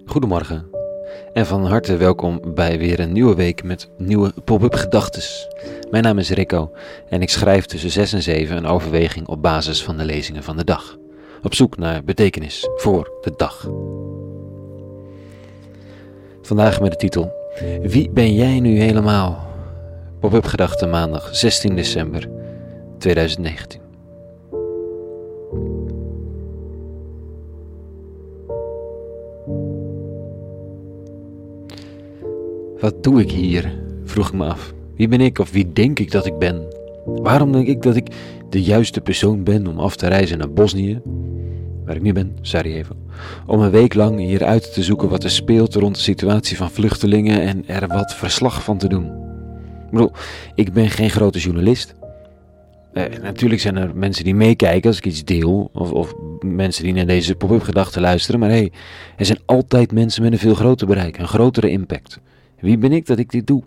Goedemorgen en van harte welkom bij weer een nieuwe week met nieuwe pop-up gedachtes. Mijn naam is Rico en ik schrijf tussen 6 en 7 een overweging op basis van de lezingen van de dag. Op zoek naar betekenis voor de dag. Vandaag met de titel: Wie ben jij nu helemaal? Pop-up gedachten maandag 16 december 2019. Wat doe ik hier? Vroeg ik me af. Wie ben ik of wie denk ik dat ik ben? Waarom denk ik dat ik de juiste persoon ben om af te reizen naar Bosnië, waar ik nu ben, Sarajevo, om een week lang hier uit te zoeken wat er speelt rond de situatie van vluchtelingen en er wat verslag van te doen? Ik bedoel, ik ben geen grote journalist. Natuurlijk zijn er mensen die meekijken als ik iets deel, of mensen die naar deze pop-up gedachten luisteren, maar er zijn altijd mensen met een veel groter bereik, een grotere impact. Wie ben ik dat ik dit doe?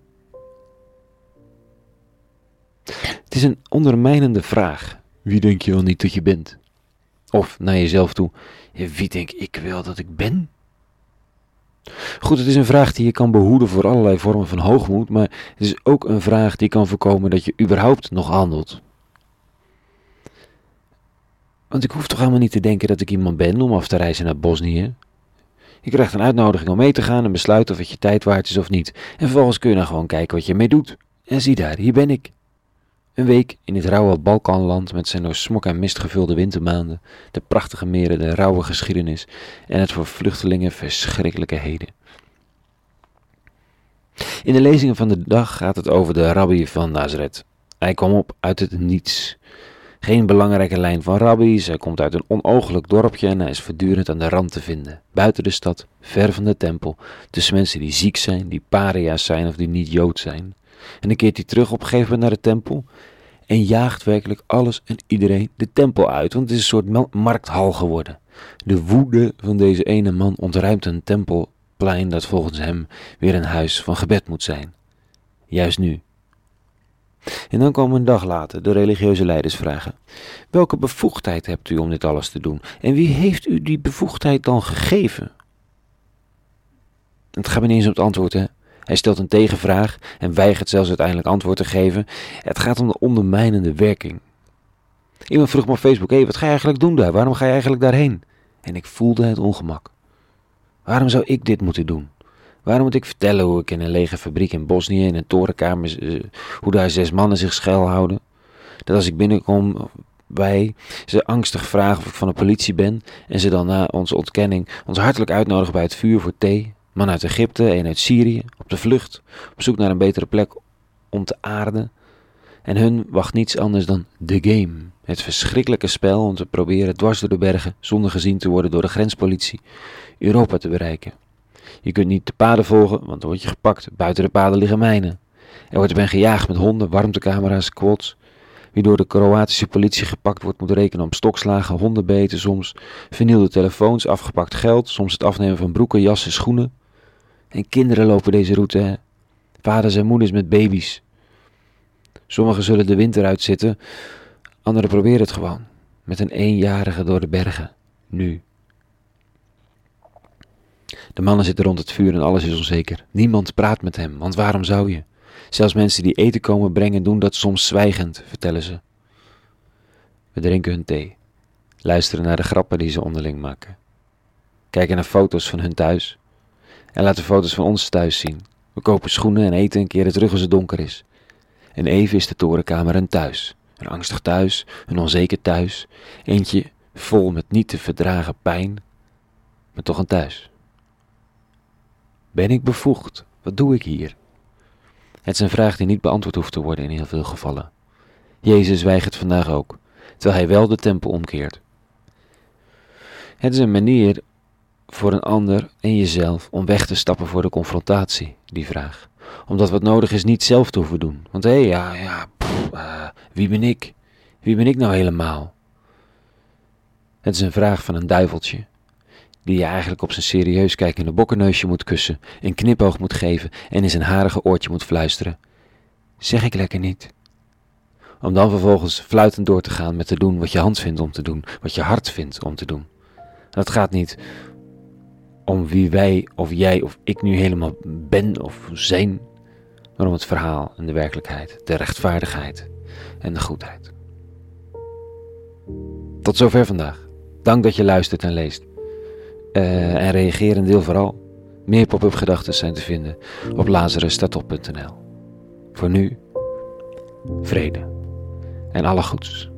Het is een ondermijnende vraag. Wie denk je wel niet dat je bent? Of naar jezelf toe, wie denk ik wel dat ik ben? Goed, het is een vraag die je kan behoeden voor allerlei vormen van hoogmoed, maar het is ook een vraag die kan voorkomen dat je überhaupt nog handelt. Want ik hoef toch helemaal niet te denken dat ik iemand ben om af te reizen naar Bosnië. Je krijgt een uitnodiging om mee te gaan en besluit of het je tijd waard is of niet. En vervolgens kun je dan gewoon kijken wat je ermee doet. En zie daar, hier ben ik. Een week in dit rauwe Balkanland met zijn door smok en mist gevulde wintermaanden, de prachtige meren, de rauwe geschiedenis en het voor vluchtelingen verschrikkelijke heden. In de lezingen van de dag gaat het over de rabbi van Nazareth. Hij kwam op uit het niets. Geen belangrijke lijn van rabbies, hij komt uit een onooglijk dorpje en hij is voortdurend aan de rand te vinden. Buiten de stad, ver van de tempel, tussen mensen die ziek zijn, die paria's zijn of die niet Jood zijn. En dan keert hij terug op een gegeven moment naar de tempel en jaagt werkelijk alles en iedereen de tempel uit, want het is een soort markthal geworden. De woede van deze ene man ontruimt een tempelplein dat volgens hem weer een huis van gebed moet zijn. Juist nu. En dan komen een dag later de religieuze leiders vragen: welke bevoegdheid hebt u om dit alles te doen? En wie heeft u die bevoegdheid dan gegeven? Het gaat niet eens om het antwoord, hè. Hij stelt een tegenvraag en weigert zelfs uiteindelijk antwoord te geven. Het gaat om de ondermijnende werking. Iemand vroeg me op Facebook: wat ga je eigenlijk doen daar? Waarom ga je eigenlijk daarheen? En ik voelde het ongemak. Waarom zou ik dit moeten doen? Waarom moet ik vertellen hoe ik in een lege fabriek in Bosnië, in een torenkamer, hoe daar 6 mannen zich schuilhouden? Dat als ik binnenkom, ze angstig vragen of ik van de politie ben en ze dan na onze ontkenning ons hartelijk uitnodigen bij het vuur voor thee. Man uit Egypte, een uit Syrië, op de vlucht, op zoek naar een betere plek om te aarden. En hun wacht niets anders dan the game. Het verschrikkelijke spel om te proberen dwars door de bergen, zonder gezien te worden door de grenspolitie, Europa te bereiken. Je kunt niet de paden volgen, want dan word je gepakt. Buiten de paden liggen mijnen. Er wordt ben gejaagd met honden, warmtecamera's, quads. Wie door de Kroatische politie gepakt wordt, moet rekenen op stokslagen, hondenbeten soms, vernielde telefoons, afgepakt geld, soms het afnemen van broeken, jassen, schoenen. En kinderen lopen deze route, hè. Vaders en moeders met baby's. Sommigen zullen de winter uitzitten, anderen proberen het gewoon. Met een 1-jarige door de bergen. Nu. De mannen zitten rond het vuur en alles is onzeker. Niemand praat met hem, want waarom zou je? Zelfs mensen die eten komen brengen doen dat soms zwijgend, vertellen ze. We drinken hun thee. Luisteren naar de grappen die ze onderling maken. Kijken naar foto's van hun thuis. En laten foto's van ons thuis zien. We kopen schoenen en eten en keren terug als het donker is. En even is de torenkamer een thuis. Een angstig thuis, een onzeker thuis. Eentje vol met niet te verdragen pijn, maar toch een thuis. Ben ik bevoegd? Wat doe ik hier? Het is een vraag die niet beantwoord hoeft te worden in heel veel gevallen. Jezus weigert vandaag ook, terwijl hij wel de tempel omkeert. Het is een manier voor een ander en jezelf om weg te stappen voor de confrontatie, die vraag. Omdat wat nodig is niet zelf te hoeven doen. Want wie ben ik? Wie ben ik nou helemaal? Het is een vraag van een duiveltje, die je eigenlijk op zijn serieus kijkende bokkenneusje moet kussen, een knipoog moet geven en in zijn harige oortje moet fluisteren: zeg ik lekker niet? Om dan vervolgens fluitend door te gaan met te doen wat je hand vindt om te doen, wat je hart vindt om te doen. Dat gaat niet om wie wij of jij of ik nu helemaal ben of zijn, maar om het verhaal en de werkelijkheid, de rechtvaardigheid en de goedheid. Tot zover vandaag. Dank dat je luistert en leest. En reageer en deel vooral. Meer pop-up gedachten zijn te vinden op lazarusstaatop.nl. Voor nu, vrede en alle goeds.